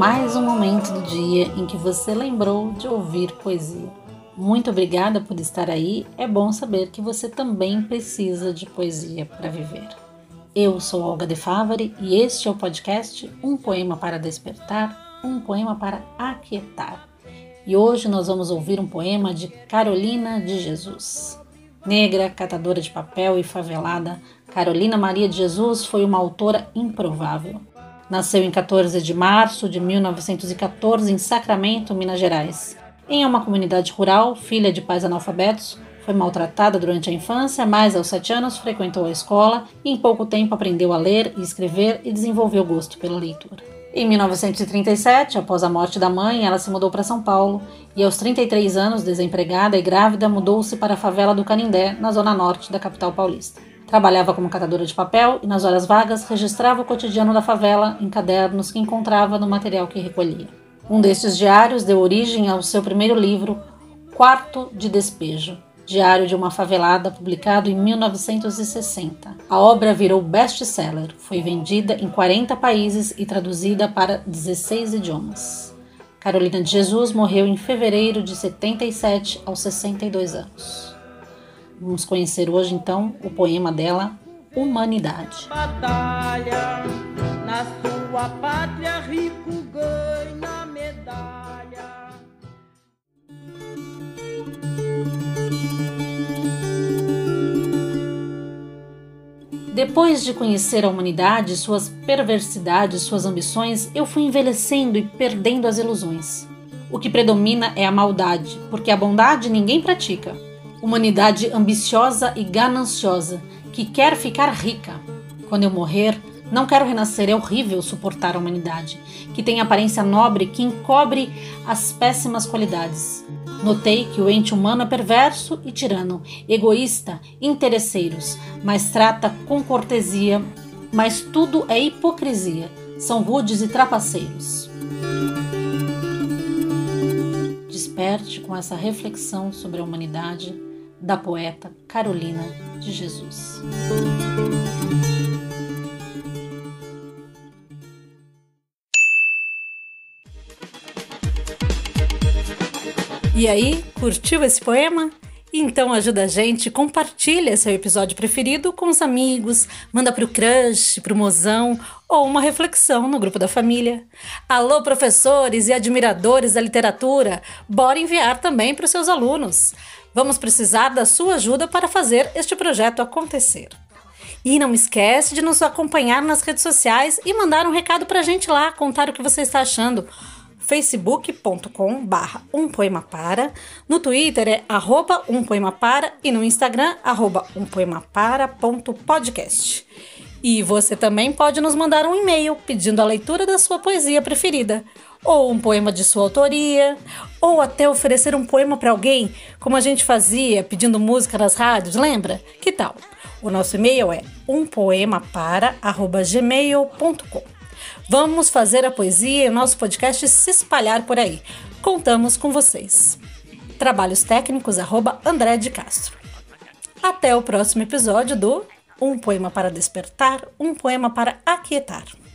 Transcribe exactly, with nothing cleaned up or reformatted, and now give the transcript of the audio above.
mais um momento do dia em que você lembrou de ouvir poesia. Muito obrigada por estar aí, é bom saber que você também precisa de poesia para viver. Eu sou Olga de Favari e este é o podcast Um Poema para Despertar, um poema para aquietar. E hoje nós vamos ouvir um poema de Carolina de Jesus. Negra, catadora de papel e favelada, Carolina Maria de Jesus foi uma autora improvável. Nasceu em quatorze de março de mil novecentos e quatorze em Sacramento, Minas Gerais. Em uma comunidade rural, filha de pais analfabetos, foi maltratada durante a infância, mas aos sete anos frequentou a escola e em pouco tempo aprendeu a ler e escrever e desenvolveu gosto pela leitura. Em mil novecentos e trinta e sete, após a morte da mãe, ela se mudou para São Paulo e aos trinta e três anos, desempregada e grávida, mudou-se para a favela do Canindé, na zona norte da capital paulista. Trabalhava como catadora de papel e nas horas vagas registrava o cotidiano da favela em cadernos que encontrava no material que recolhia. Um destes diários deu origem ao seu primeiro livro, Quarto de Despejo, Diário de uma Favelada, publicado em mil novecentos e sessenta. A obra virou best-seller, foi vendida em quarenta países e traduzida para dezesseis idiomas. Carolina de Jesus morreu em fevereiro de setenta e sete, aos sessenta e dois anos. Vamos conhecer hoje, então, o poema dela, Humanidade. Batalha, na sua pátria rico ganha medalha. Depois de conhecer a humanidade, suas perversidades, suas ambições, eu fui envelhecendo e perdendo as ilusões. O que predomina é a maldade, porque a bondade ninguém pratica. Humanidade ambiciosa e gananciosa, que quer ficar rica. Quando eu morrer, não quero renascer, é horrível suportar a humanidade, que tem aparência nobre, que encobre as péssimas qualidades. Notei que o ente humano é perverso e tirano, egoísta, interesseiros, mas trata com cortesia, mas tudo é hipocrisia, são rudes e trapaceiros. Desperte com essa reflexão sobre a humanidade da poeta Carolina de Jesus. E aí, curtiu esse poema? Então ajuda a gente, compartilha seu episódio preferido com os amigos, manda pro crush, pro mozão ou uma reflexão no grupo da família. Alô, professores e admiradores da literatura, bora enviar também para os seus alunos. Vamos precisar da sua ajuda para fazer este projeto acontecer. E não esquece de nos acompanhar nas redes sociais e mandar um recado pra gente lá, contar o que você está achando. facebook ponto com barra um poema para, no Twitter é arroba um poema para e no Instagram arroba um poema para ponto podcast. E você também pode nos mandar um e-mail pedindo a leitura da sua poesia preferida, ou um poema de sua autoria, ou até oferecer um poema para alguém, como a gente fazia pedindo música nas rádios, lembra? Que tal? O nosso e-mail é um poema para arroba gmail ponto com. Vamos fazer a poesia e o nosso podcast se espalhar por aí. Contamos com vocês. Trabalhos técnicos, arroba André de Castro. Até o próximo episódio do Um Poema para Despertar, um poema para aquietar.